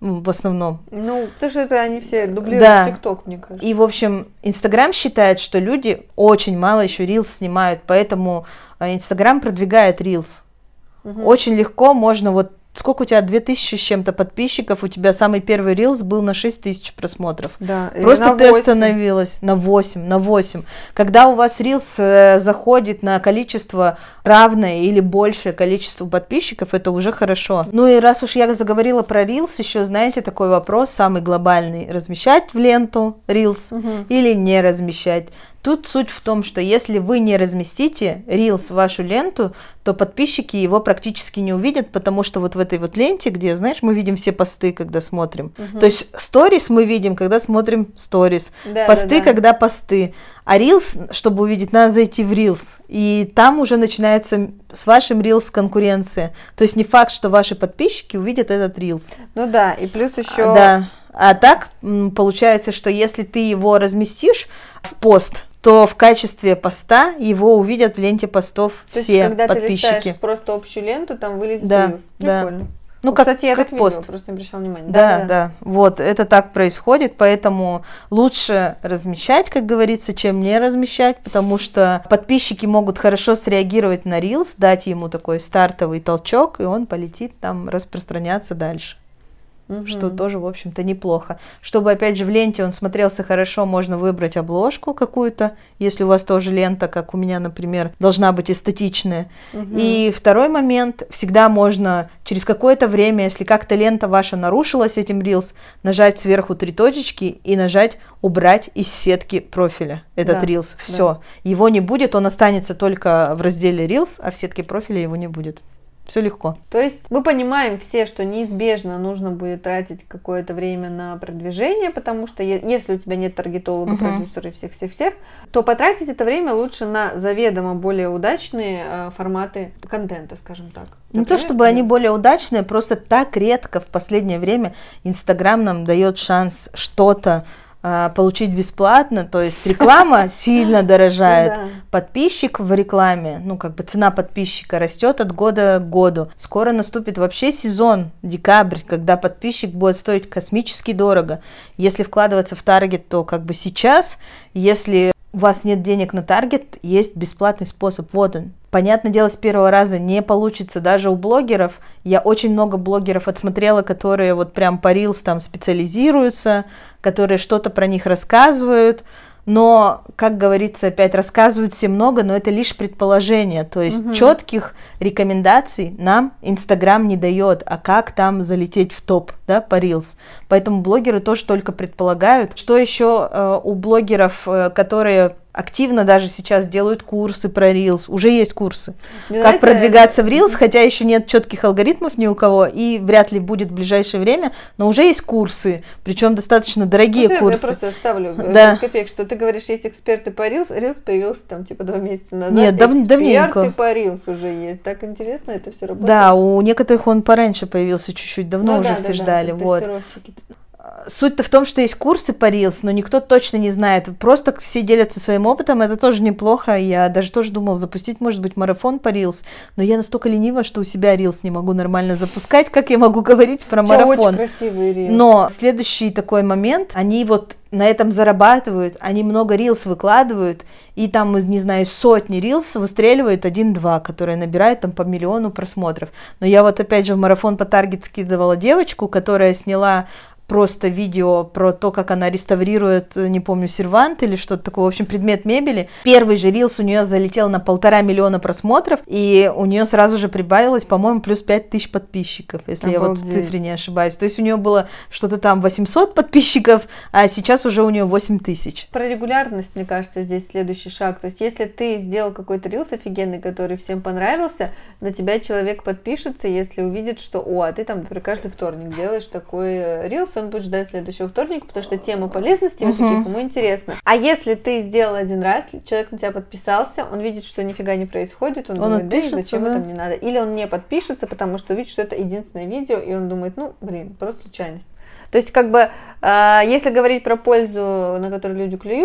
в основном. Ну, потому что это они все дублируют Да. ТикТок, мне кажется. И, в общем, Инстаграм считает, что люди очень мало еще рилс снимают, поэтому Инстаграм продвигает рилс. Мгм. Очень легко можно вот сколько у тебя, две тысячи с чем-то подписчиков, у тебя самый первый рилс был на шесть тысяч просмотров. Да, или Просто на ты восемь. остановилась на восемь, на восемь. Когда у вас рилс э, заходит на количество равное или большее количество подписчиков, это уже хорошо. Ну и раз уж я заговорила про рилс, еще знаете такой вопрос, самый глобальный, размещать в ленту рилс Мгм. или не размещать. Тут суть в том, что если вы не разместите рилс в вашу ленту, то подписчики его практически не увидят, потому что вот в этой вот ленте, где, знаешь, мы видим все посты, когда смотрим. Мгм. То есть сторис мы видим, когда смотрим сторис, Да, посты, да, да. когда посты. А рилс, чтобы увидеть, надо зайти в рилс. И там уже начинается с вашим рилс конкуренция. То есть не факт, что ваши подписчики увидят этот рилс. Ну да, и плюс еще... Да. А так м, получается, что если ты его разместишь в пост, то в качестве поста его увидят в ленте постов То есть, все когда ты подписчики. листаешь просто общую ленту, там вылезет Да, рилс. да. Прикольно. Ну, Вот, как, кстати, я как так пост. видела, просто не обращала внимания. Да, да, вот, это так происходит, поэтому лучше размещать, как говорится, чем не размещать, потому что подписчики могут хорошо среагировать на рилс, дать ему такой стартовый толчок, и он полетит там распространяться дальше. Мгм. Что тоже, в общем-то, неплохо. Чтобы, опять же, в ленте он смотрелся хорошо, можно выбрать обложку какую-то, если у вас тоже лента, как у меня, например, должна быть эстетичная. Мгм. И второй момент, всегда можно через какое-то время, если как-то лента ваша нарушилась этим рилс, нажать сверху три точечки и нажать «Убрать из сетки профиля» этот Да, рилс. Все, его не будет, он останется только в разделе рилс, а в сетке профиля его не будет. Все легко. То есть мы понимаем все, что неизбежно нужно будет тратить какое-то время на продвижение, потому что е- если у тебя нет таргетолога, Мгм. продюсера и всех-всех-всех, то потратить это время лучше на заведомо более удачные э, форматы контента, скажем так. Не Так, то правильно чтобы я они понимаю? более удачные, просто так редко в последнее время Инстаграм нам дает шанс что-то а, получить бесплатно, то есть реклама сильно дорожает, Ну да. подписчик в рекламе, ну как бы цена подписчика растет от года к году. Скоро наступит вообще сезон, декабрь, когда подписчик будет стоить космически дорого. Если вкладываться в таргет, то как бы сейчас, если у вас нет денег на таргет, есть бесплатный способ, вот он. Понятное дело, с первого раза не получится даже у блогеров. Я очень много блогеров отсмотрела, которые вот прям по рилс там специализируются, которые что-то про них рассказывают. Но, как говорится, опять рассказывают все много, но это лишь предположение. То есть Мгм. четких рекомендаций нам Инстаграм не дает, а как там залететь в топ, да, по рилс. Поэтому блогеры тоже только предполагают. Что еще э, у блогеров, э, которые активно даже сейчас делают курсы про рилс, уже есть курсы. Мне Как нравится- продвигаться в рилс, хотя еще нет четких алгоритмов ни у кого, и вряд ли будет в ближайшее время, но уже есть курсы, причем достаточно дорогие Ну, курсы. Я просто вставлю э, Да. копеек, что ты говоришь, есть эксперты по Reels. Reels появился там типа два месяца назад. Нет, дав- Эксперты давненько. по Reels уже есть. Так интересно это все работает. Да, у некоторых он пораньше появился, чуть-чуть давно Ну уже да, все да, да, ждали. там Вот. тестировщики. Суть-то в том, что есть курсы по рилс, но никто точно не знает. Просто все делятся своим опытом, это тоже неплохо. Я даже тоже думала запустить, может быть, марафон по рилс, но я настолько ленива, что у себя рилс не могу нормально запускать. Как я могу говорить про У тебя марафон? очень красивый Reels. Но следующий такой момент, они вот на этом зарабатывают, они много рилс выкладывают, и там, не знаю, сотни рилс выстреливает один-два, которые набирают там по миллиону просмотров. Но я вот опять же в марафон по таргет скидывала девочку, которая сняла просто видео про то, как она реставрирует, не помню, сервант или что-то такое, в общем, предмет мебели. Первый же рилс у нее залетел на полтора миллиона просмотров, и у нее сразу же прибавилось, по-моему, плюс пять тысяч подписчиков, если я вот в Обалдеть. цифре не ошибаюсь. То есть у нее было что-то там восемьсот подписчиков, а сейчас уже у нее восемь тысяч. Про регулярность, мне кажется, здесь следующий шаг. То есть, если ты сделал какой-то рилс офигенный, который всем понравился, на тебя человек подпишется, если увидит, что, о, а ты там, например, каждый вторник делаешь такой э, рилс, он будет ждать следующего вторника, потому что тема полезности вот Мгм. таких ему интересна. А если ты сделал один раз, человек на тебя подписался, он видит, что нифига не происходит, он, Он думает, да и отпишется, зачем да. это мне надо. Или он не подпишется, потому что увидит, что это единственное видео, и он думает, ну, блин, просто случайность. То есть, как бы, э, если говорить про пользу, на которую люди клюют,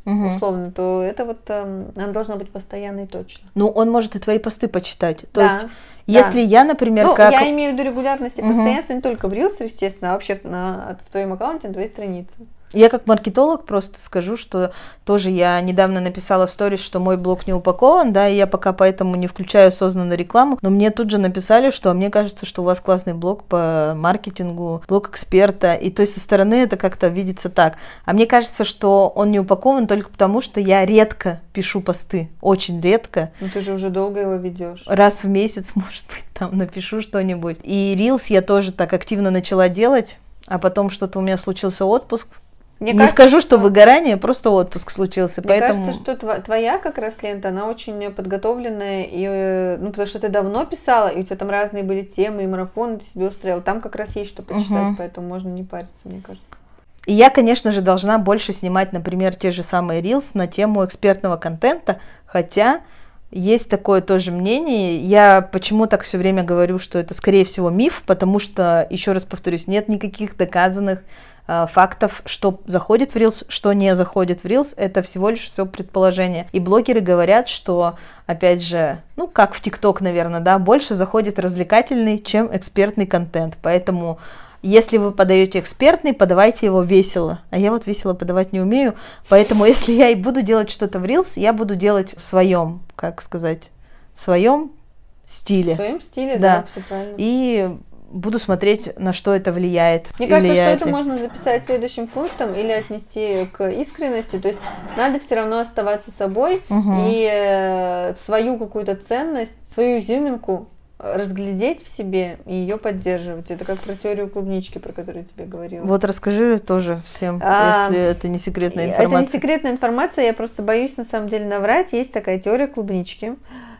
Мгм. условно, то это вот э, она должна быть постоянной точно. Ну, он может и твои посты почитать. То Да, есть, да. если я, например, Ну, как... я имею в виду регулярность и Мгм. постоянство не только в Reels, естественно, а вообще в- на, в твоем аккаунте, на твоей странице. Я как маркетолог просто скажу, что тоже я недавно написала в сторис, что мой блог не упакован, да, и я пока поэтому не включаю осознанно рекламу, но мне тут же написали, что мне кажется, что у вас классный блог по маркетингу, блог эксперта, и то есть со стороны это как-то видится так. А мне кажется, что он не упакован только потому, что я редко пишу посты, очень редко. Ну ты же уже долго его ведешь. Раз в месяц, может быть, там напишу что-нибудь. И Reels я тоже так активно начала делать, а потом что-то у меня случился отпуск. Мне Не кажется, скажу, что выгорание, просто отпуск случился, Мне поэтому... кажется, что тва- твоя как раз лента, она очень подготовленная, и, э, ну, потому что ты давно писала, и у тебя там разные были темы, и марафон ты себе устраивал, там как раз есть что почитать, Мгм. поэтому можно не париться, мне кажется. И я, конечно же, должна больше снимать, например, те же самые Reels на тему экспертного контента, хотя есть такое тоже мнение. Я почему так все время говорю, что это, скорее всего, миф, потому что, еще раз повторюсь, нет никаких доказанных э, фактов, что заходит в Reels, что не заходит в Reels. Это всего лишь все предположение. И блогеры говорят, что, опять же, ну, как в ТикТок, наверное, да, больше заходит развлекательный, чем экспертный контент. Поэтому... Если вы подаете экспертный, подавайте его весело. А я вот весело подавать не умею. Поэтому, если я и буду делать что-то в Reels, я буду делать в своем, как сказать, в своем стиле. В своем стиле, Да. да, все правильно. И буду смотреть, на что это влияет. Мне и кажется, что влияет это ли. можно записать следующим пунктом или отнести к искренности. То есть надо все равно оставаться собой Мгм. и э, свою какую-то ценность, свою изюминку разглядеть в себе и ее поддерживать. Это как про теорию клубнички, про которую я тебе говорила. Вот расскажи тоже всем, А, если это не секретная Это информация. не секретная информация, я просто боюсь на самом деле наврать. Есть такая теория клубнички.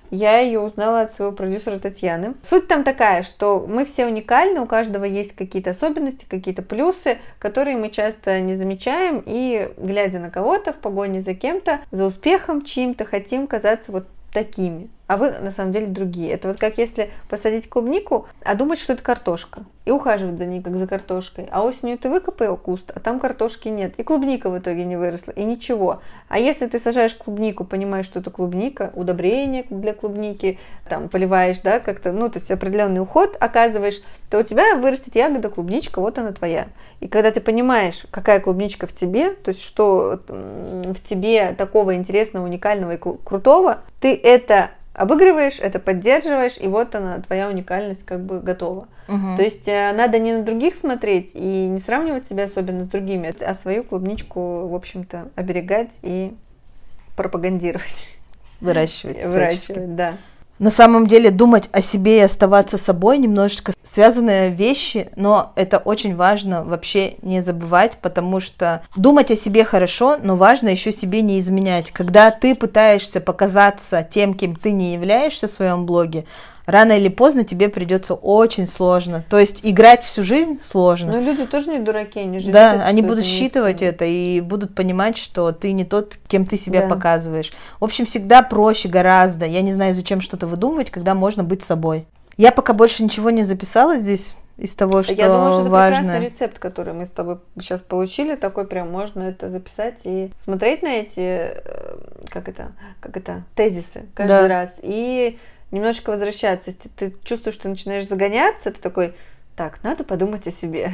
Я ее узнала от своего продюсера Татьяны. Суть там такая, что мы все уникальны, у каждого есть какие-то особенности, какие-то плюсы, которые мы часто не замечаем, и глядя на кого-то в погоне за кем-то, за успехом чьим-то, хотим казаться вот такими, а вы на самом деле другие. Это вот как если посадить клубнику, а думать, что это картошка, и ухаживать за ней, как за картошкой. А осенью ты выкопал куст, а там картошки нет, и клубника в итоге не выросла, и ничего. А если ты сажаешь клубнику, понимаешь, что это клубника, удобрение для клубники, там поливаешь, да, как-то, ну, то есть определенный уход оказываешь, то у тебя вырастет ягода, клубничка, вот она твоя. И когда ты понимаешь, какая клубничка в тебе, то есть что в тебе такого интересного, уникального и крутого, ты это обыгрываешь, это поддерживаешь, и вот она, твоя уникальность как бы готова. Мгм. То есть э, надо не на других смотреть и не сравнивать себя особенно с другими, а свою клубничку, в общем-то, оберегать и пропагандировать, Выращивать. всячески. выращивать, да. На самом деле думать о себе и оставаться собой немножечко связанные вещи, но это очень важно вообще не забывать, потому что думать о себе хорошо, но важно еще себе не изменять. Когда ты пытаешься показаться тем, кем ты не являешься в своем блоге, рано или поздно тебе придется очень сложно. То есть играть всю жизнь сложно. Но люди тоже не дураки, они же Да, видят, они что будут это не считывать искренне. это и будут понимать, что ты не тот, кем ты себя Да. показываешь. В общем, всегда проще гораздо. Я не знаю, зачем что-то выдумывать, когда можно быть собой. Я пока больше ничего не записала здесь из того, что Я думаю, что это важно. прекрасный рецепт, который мы с тобой сейчас получили, такой прям можно это записать и смотреть на эти, э, как это, как это, тезисы каждый Да. раз и немножечко возвращаться. Если ты чувствуешь, что начинаешь загоняться, ты такой, так, надо подумать о себе.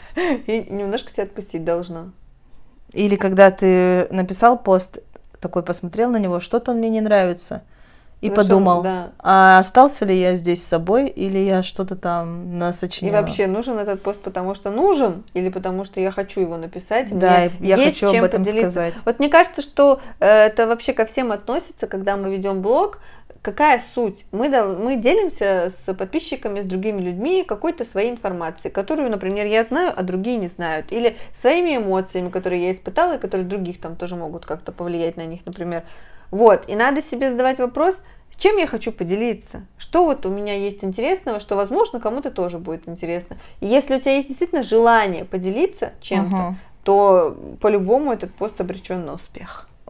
И немножко тебя отпустить должно. Или когда ты написал пост, такой посмотрел на него, что-то он мне не нравится. И Хорошо, подумал, да. а остался ли я здесь с собой, или я что-то там И насочиняла. вообще, нужен этот пост потому что нужен, или потому что я хочу его написать, Да, мне я есть хочу об чем этом поделиться. сказать. Вот мне кажется, что э, это вообще ко всем относится, когда мы ведем блог. Какая суть? Мы, дол- мы делимся с подписчиками, с другими людьми какой-то своей информацией, которую, например, я знаю, а другие не знают. Или своими эмоциями, которые я испытала, и которые других там тоже могут как-то повлиять на них, например. Вот. И надо себе задавать вопрос, чем я хочу поделиться? Что вот у меня есть интересного, что, возможно, кому-то тоже будет интересно. И если у тебя есть действительно желание поделиться чем-то, Мгм. то по-любому этот пост обречен на успех.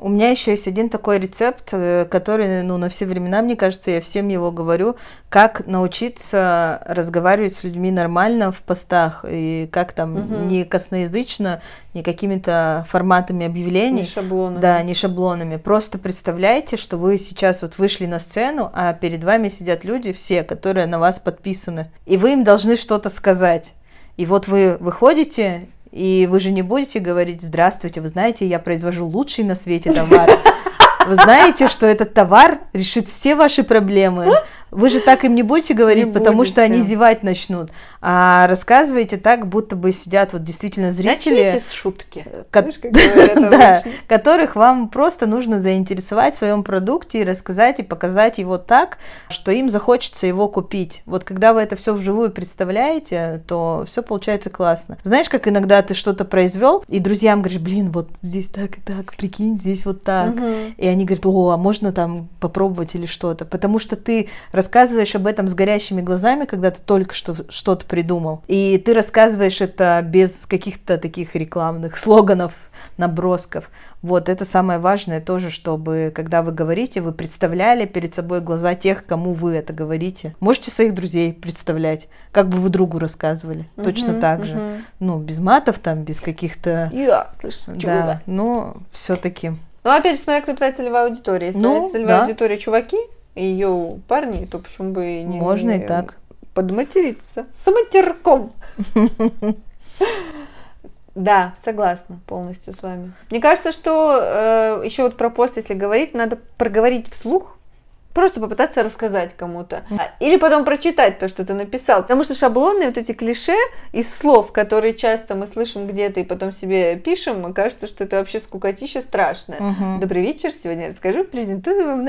У меня еще есть один такой рецепт, который, ну, на все времена, мне кажется, я всем его говорю, как научиться разговаривать с людьми нормально в постах, и как там угу. не косноязычно, не какими-то форматами объявлений. Не шаблонами. Да, не шаблонами. Просто представляйте, что вы сейчас вот вышли на сцену, а перед вами сидят люди, все, которые на вас подписаны, и вы им должны что-то сказать. И вот вы выходите... И вы же не будете говорить: здравствуйте, вы знаете, я произвожу лучший на свете товар. Вы знаете, что этот товар решит все ваши проблемы. Вы же так им не будете говорить, не потому будете. Что они зевать начнут. А рассказываете так, будто бы сидят вот действительно зрители. Начните с шутки. Ко- да, которых вам просто нужно заинтересовать в своем продукте и рассказать, и показать его так, что им захочется его купить. Вот когда вы это все вживую представляете, то все получается классно. Знаешь, как иногда ты что-то произвел, и друзьям говоришь: блин, вот здесь так и так, прикинь, здесь вот так. Угу. И они говорят: о, а можно там попробовать или что-то? Потому что ты рассказываешь об этом с горящими глазами, когда ты только что что-то придумал. И ты рассказываешь это без каких-то таких рекламных слоганов, набросков. Вот это самое важное тоже, чтобы, когда вы говорите, вы представляли перед собой глаза тех, кому вы это говорите. Можете своих друзей представлять, как бы вы другу рассказывали. Uh-huh, точно так же. Uh-huh. Ну, без матов там, без каких-то... Я, слышь, да, но все-таки... Ну, опять же, смотря, кто твоя целевая аудитория. Если ну, целевая да. аудитория чуваки и ее парни, то почему бы и не... Можно и так. Подматериться. С матерком. Да, согласна полностью с вами. Мне кажется, что э, еще вот про пост, если говорить, надо проговорить вслух. Просто попытаться рассказать кому-то. Или потом прочитать то, что ты написал. Потому что шаблонные вот эти клише из слов, которые часто мы слышим где-то и потом себе пишем, кажется, что это вообще скукотища страшная. Угу. Добрый вечер, сегодня расскажу, презентую вам.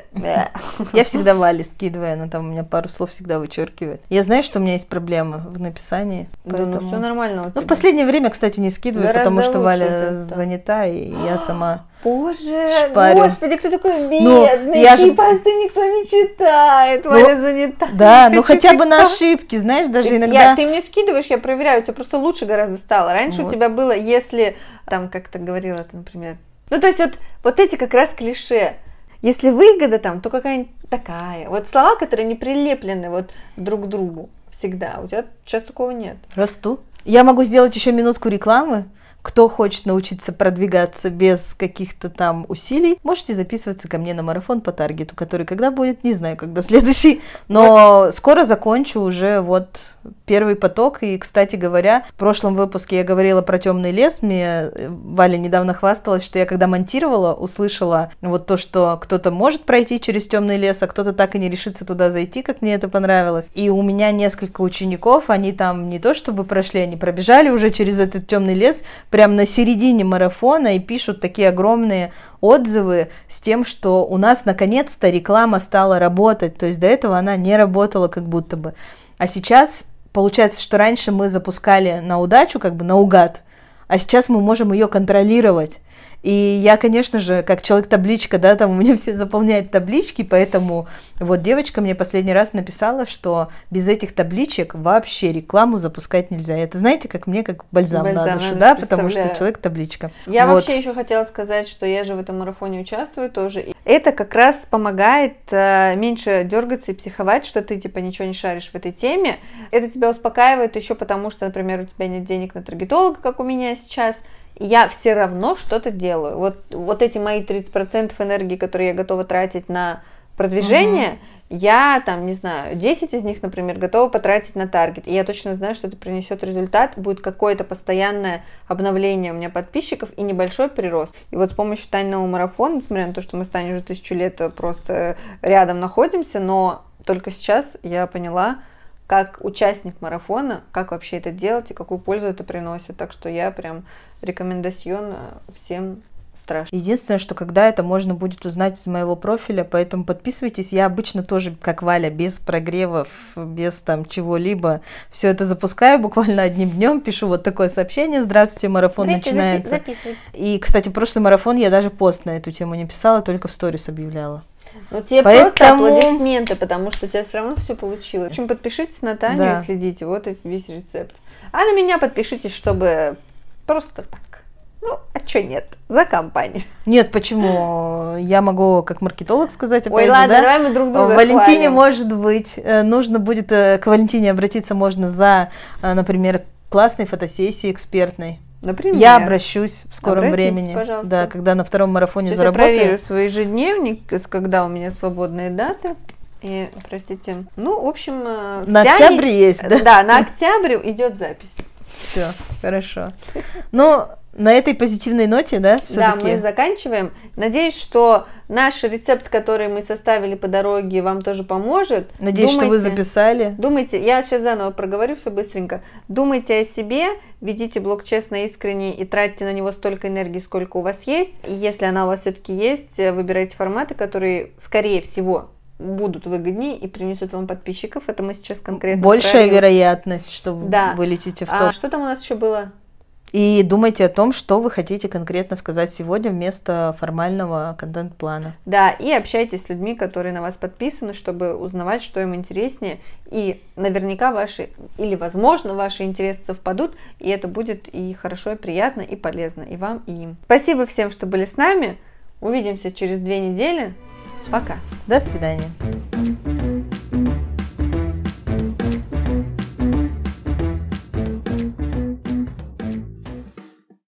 Я всегда Вале скидываю, она там у меня пару слов всегда вычеркивает. Я знаю, что у меня есть проблемы в написании. Да, ну все нормально у тебя. Ну, в последнее время, кстати, не скидываю, потому что Валя занята, и я сама... Боже, шпарю. Господи, кто такой бедный, ну, я чьи же... посты никто не читает, Валя ну, занята. Да, ну хотя бы на ошибки, знаешь, даже есть иногда... Я, ты мне скидываешь, я проверяю, у тебя просто лучше гораздо стало. Раньше вот. У тебя было, если, там, как ты говорила, ты, например... Ну, то есть вот, вот эти как раз клише. Если выгода там, то какая-нибудь такая. Вот слова, которые не прилеплены вот друг к другу всегда. У тебя сейчас такого нет. Расту. Я могу сделать еще минутку рекламы. Кто хочет научиться продвигаться без каких-то там усилий, можете записываться ко мне на марафон по таргету, который когда будет, не знаю, когда следующий, но вот. Скоро закончу уже вот первый поток. И, кстати говоря, в прошлом выпуске я говорила про темный лес, мне Валя недавно хвасталась, что я когда монтировала, услышала вот то, что кто-то может пройти через темный лес, а кто-то так и не решится туда зайти, как мне это понравилось. И у меня несколько учеников, они там не то чтобы прошли, они пробежали уже через этот темный лес, прямо на середине марафона, и пишут такие огромные отзывы с тем, что у нас наконец-то реклама стала работать. То есть до этого она не работала как будто бы. А сейчас получается, что раньше мы запускали на удачу, как бы наугад, а сейчас мы можем ее контролировать. И я, конечно же, как человек-табличка, да, там у меня все заполняют таблички, поэтому вот девочка мне последний раз написала, что без этих табличек вообще рекламу запускать нельзя. Это, знаете, как мне, как бальзам, бальзам на душу, да, потому что человек-табличка. Я вот. Вообще еще хотела сказать, что я же в этом марафоне участвую тоже. Это как раз помогает э, меньше дергаться и психовать, что ты типа ничего не шаришь в этой теме. Это тебя успокаивает еще потому, что, например, у тебя нет денег на таргетолога, как у меня сейчас. Я все равно что-то делаю. Вот, вот эти мои тридцать процентов энергии, которые я готова тратить на продвижение, uh-huh. я там, не знаю, десять из них, например, готова потратить на таргет. И я точно знаю, что это принесет результат, будет какое-то постоянное обновление у меня подписчиков и небольшой прирост. И вот с помощью тайного марафона, несмотря на то, что мы с Таней уже тысячу лет просто рядом находимся, но только сейчас я поняла, как участник марафона, как вообще это делать и какую пользу это приносит. Так что я прям рекомендацион всем страшно. Единственное, что когда это можно будет узнать из моего профиля, поэтому подписывайтесь. Я обычно тоже, как Валя, без прогревов, без там чего-либо, все это запускаю буквально одним днем, пишу вот такое сообщение: здравствуйте, марафон Знаете, начинается. Записывай. И, кстати, прошлый марафон я даже пост на эту тему не писала, только в сторис объявляла. Ну, тебе Поэтому... просто аплодисменты, потому что у тебя все равно все получилось. В общем, подпишитесь на Таню да. и следите, вот и весь рецепт. А на меня подпишитесь, чтобы просто так. Ну, а что нет? За компанию. Нет, почему? Я могу как маркетолог сказать, опять Ой, же, ладно, да? давай мы друг друга Валентине, хвалим. может быть, э, нужно будет э, к Валентине обратиться можно за, э, например, классной фотосессией экспертной. Например. Я обращусь в скором Обратитесь, времени. пожалуйста. Да, когда на втором марафоне Сейчас заработаю. я проверю свой ежедневник, с- когда у меня свободные даты. И, простите, ну, в общем... э, На вся октябрь не- есть, да? Да, на октябрь идет запись. Все, хорошо. Ну, на этой позитивной ноте, да, Да, все-таки. мы заканчиваем. Надеюсь, что наш рецепт, который мы составили по дороге, вам тоже поможет. Надеюсь, что вы Думайте- записали. Думайте, я сейчас заново проговорю все быстренько. Думайте о себе, ведите блог честно, искренне и тратьте на него столько энергии, сколько у вас есть. И если она у вас все-таки есть, выбирайте форматы, которые, скорее всего, будут выгоднее и принесут вам подписчиков. Это мы сейчас конкретно Большая про Reels. вероятность, что Да. вы летите в А топ. что там у нас еще было? И думайте о том, что вы хотите конкретно сказать сегодня вместо формального контент-плана. Да, и общайтесь с людьми, которые на вас подписаны, чтобы узнавать, что им интереснее. И наверняка ваши, или возможно, ваши интересы совпадут, и это будет и хорошо, и приятно, и полезно и вам, и им. Спасибо всем, что были с нами. Увидимся через две недели. Пока. До свидания.